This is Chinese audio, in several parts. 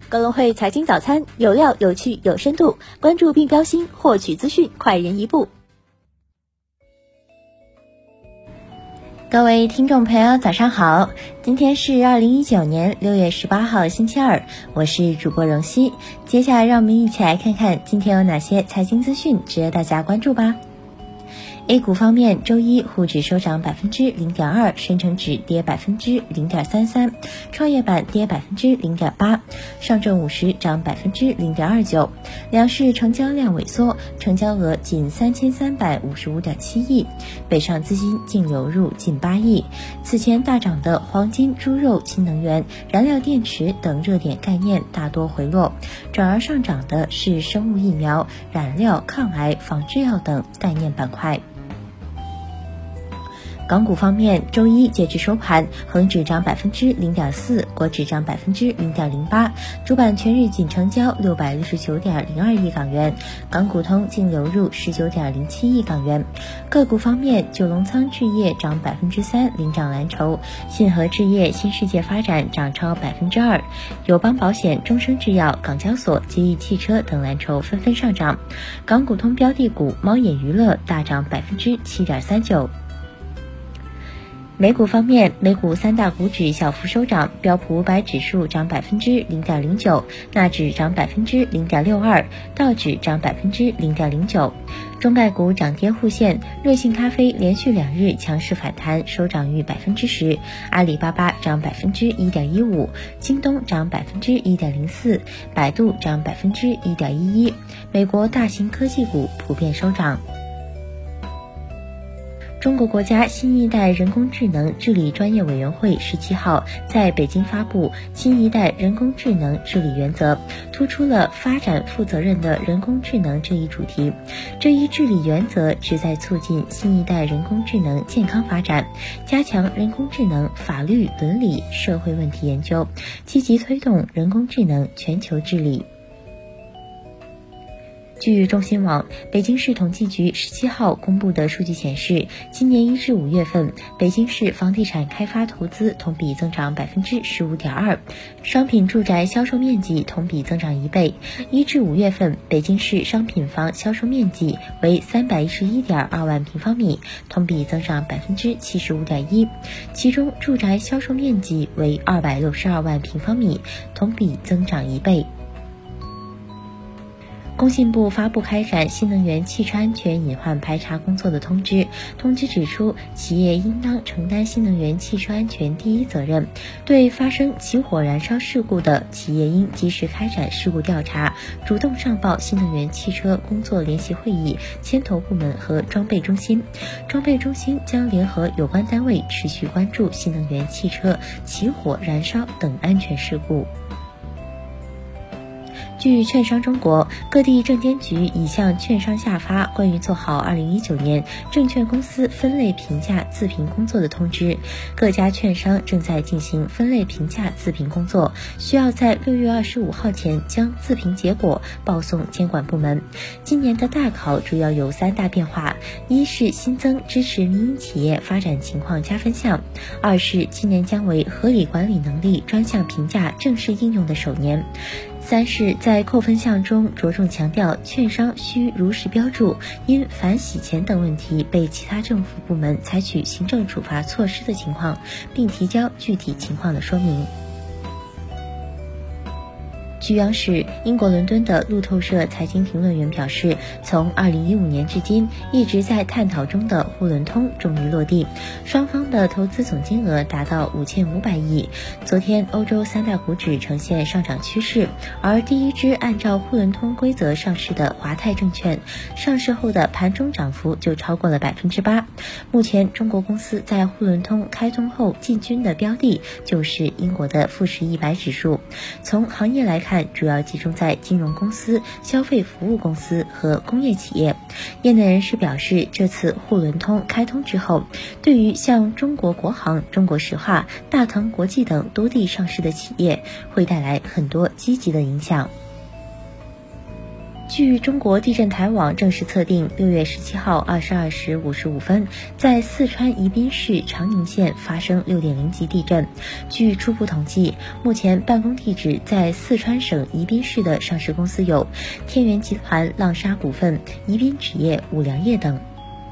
高隆汇财经早餐，有料、有趣、有深度，关注并标新，获取资讯快人一步。各位听众朋友早上好，今天是2019年6月18号星期二，我是主播荣熙。接下来让我们一起来看看今天有哪些财经资讯值得大家关注吧。A 股方面，周一沪指收涨 0.2%， 深成指跌 0.33%， 创业板跌 0.8%， 上证50涨 0.29%。两市成交量萎缩，成交额仅 3355.7亿，北上资金净流入近8亿。此前大涨的黄金、猪肉、新能源、燃料电池等热点概念大多回落，转而上涨的是生物疫苗、染料、抗癌、仿制药等概念板块。港股方面，周一截至收盘，恒指涨 0.4%， 国指涨 0.08%， 主板全日仅成交 669.02 亿港元，港股通净流入 19.07 亿港元。个股方面，九龙仓置业涨 3%， 领涨蓝筹，信和置业、新世界发展涨超 2%， 友邦保险、中生制药、港交所、吉利汽车等蓝筹纷纷上涨。港股通标的股猫眼娱乐大涨 7.39%。美股方面，美股三大股指小幅收涨，标普500指数涨 0.09%， 纳指涨 0.62%， 道指涨 0.09%。中概股涨跌互现，瑞幸咖啡连续2日强势反弹，收涨逾 10%， 阿里巴巴涨 1.15%， 京东涨 1.04%， 百度涨 1.11%。美国大型科技股普遍收涨。中国国家新一代人工智能治理专业委员会17号在北京发布新一代人工智能治理原则，突出了发展负责任的人工智能这一主题。这一治理原则旨在促进新一代人工智能健康发展，加强人工智能法律、伦理、社会问题研究，积极推动人工智能全球治理。据中新网，北京市统计局17号公布的数据显示，今年1至5月份，北京市房地产开发投资同比增长 15.2%， 商品住宅销售面积同比增长1倍。1至5月份，北京市商品房销售面积为 311.2 万平方米，同比增长 75.1%， 其中住宅销售面积为262万平方米，同比增长1倍。工信部发布开展新能源汽车安全隐患排查工作的通知。通知指出，企业应当承担新能源汽车安全第一责任，对发生起火燃烧事故的，企业应及时开展事故调查，主动上报新能源汽车工作联席会议、牵头部门和装备中心。装备中心将联合有关单位持续关注新能源汽车起火燃烧等安全事故。据券商中国，各地证监局已向券商下发关于做好2019年证券公司分类评价自评工作的通知。各家券商正在进行分类评价自评工作，需要在6月25号前将自评结果报送监管部门。今年的大考主要有3大变化：一是新增支持民营企业发展情况加分项；二是今年将为合理管理能力专项评价正式应用的首年；三是在扣分项中着重强调券商需如实标注因反洗钱等问题被其他政府部门采取行政处罚措施的情况，并提交具体情况的说明。据央视，英国伦敦的路透社财经评论员表示，从2015年至今一直在探讨中的沪伦通终于落地，双方的投资总金额达到5500亿。昨天欧洲3大股指呈现上涨趋势，而第一支按照沪伦通规则上市的华泰证券，上市后的盘中涨幅就超过了 8%。目前中国公司在沪伦通开通后进军的标的就是英国的富时100指数。从行业来看，主要集中在金融公司、消费服务公司和工业企业。业内人士表示，这次沪伦通开通之后，对于像中国国航、中国石化、大唐国际等多地上市的企业会带来很多积极的影响。 据中国地震台网正式测定，6月17号22时55分，在四川宜宾市长宁县发生6.0级地震。据初步统计，目前办公地址在四川省宜宾市的上市公司有天元集团、浪莎股份、宜宾纸业、五粮液等。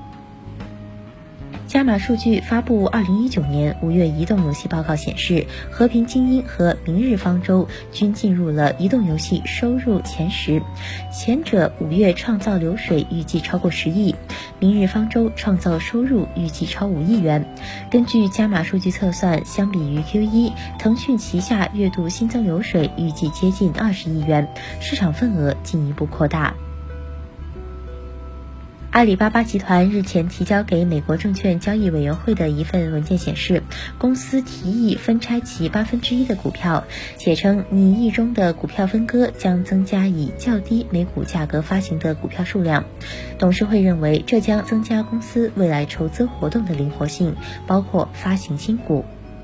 加码数据发布2019年5月移动游戏报告显示，和平精英和明日方舟均进入了移动游戏收入前10，前者5月创造流水预计超过10亿，明日方舟创造收入预计超5亿元。根据加码数据测算，相比于 Q1， 腾讯旗下月度新增流水预计接近20亿元，市场份额进一步扩大。阿里巴巴集团日前提交给美国证券交易委员会的一份文件显示，公司提议分拆其1/8的股票，且称拟议中的股票分割将增加以较低每股价格发行的股票数量。董事会认为，这将增加公司未来筹资活动的灵活性，包括发行新股。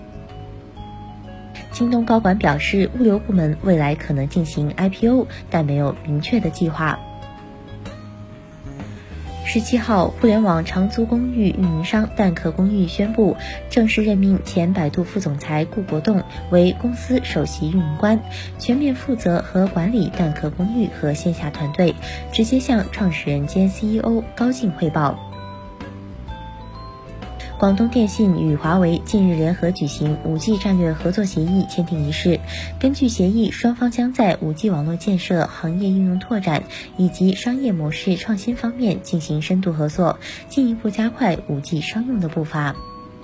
京东高管表示，物流部门未来可能进行 IPO， 但没有明确的计划。17号，互联网长租公寓运营商蛋壳公寓宣布正式任命前百度副总裁顾国栋为公司首席运营官，全面负责和管理蛋壳公寓和线下团队，直接向创始人兼 CEO 高进汇报。广东电信与华为近日联合举行 5G 战略合作协议签订仪式。根据协议，双方将在 5G 网络建设、行业应用拓展以及商业模式创新方面进行深度合作，进一步加快 5G 商用的步伐。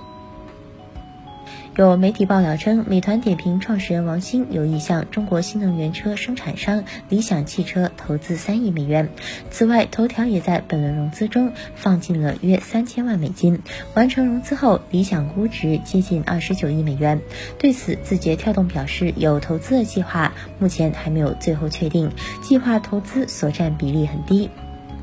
有媒体爆料称，美团点评创始人王兴有意向中国新能源车生产商理想汽车投资3亿美元。此外，头条也在本轮融资中放进了约3000万美金。完成融资后，理想估值接近29亿美元。对此，字节跳动表示有投资的计划，目前还没有最后确定，计划投资所占比例很低。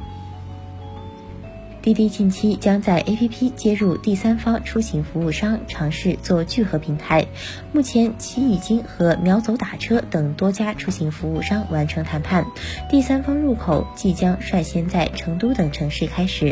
滴滴近期将在 APP 接入第三方出行服务商，尝试做聚合平台。目前其已经和秒走打车等多家出行服务商完成谈判，第三方入口即将率先在成都等城市开始。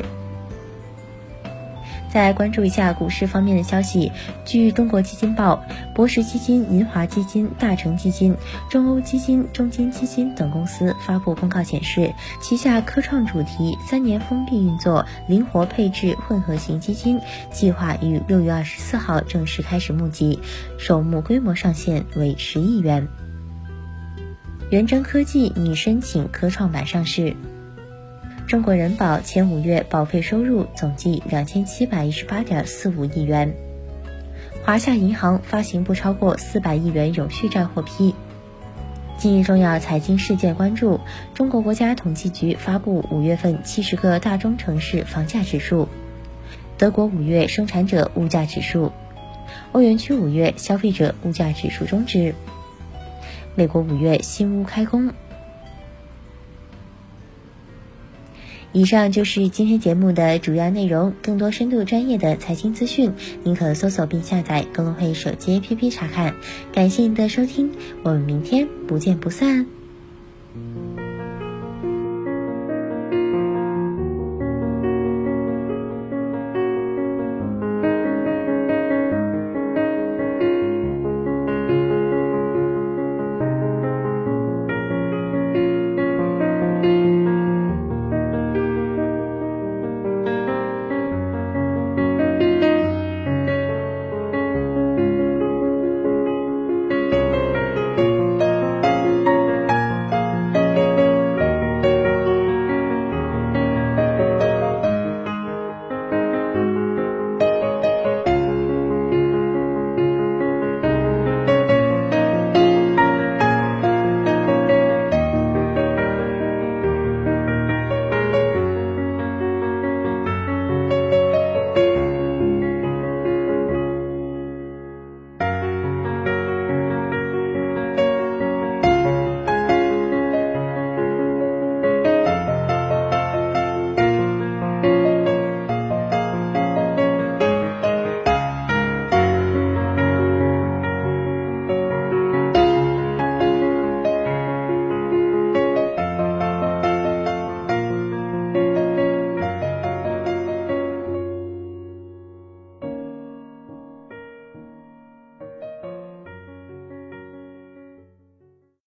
再关注一下股市方面的消息。据中国基金报，博时基金、银华基金、大成基金、中欧基金、中金基金等公司发布公告显示，旗下科创主题3年封闭运作灵活配置混合型基金计划于6月24号正式开始募集，首募规模上限为10亿元。元征科技拟申请科创板上市。中国人保前5月保费收入总计2718.45亿元。华夏银行发行不超过400亿元永续债获批。今日重要财经事件关注：中国国家统计局发布5月份70个大中城市房价指数；德国5月生产者物价指数；欧元区5月消费者物价指数终值；美国5月新屋开工。以上就是今天节目的主要内容，更多深度专业的财经资讯，您可搜索并下载更会手机 APP 查看。感谢您的收听，我们明天不见不散。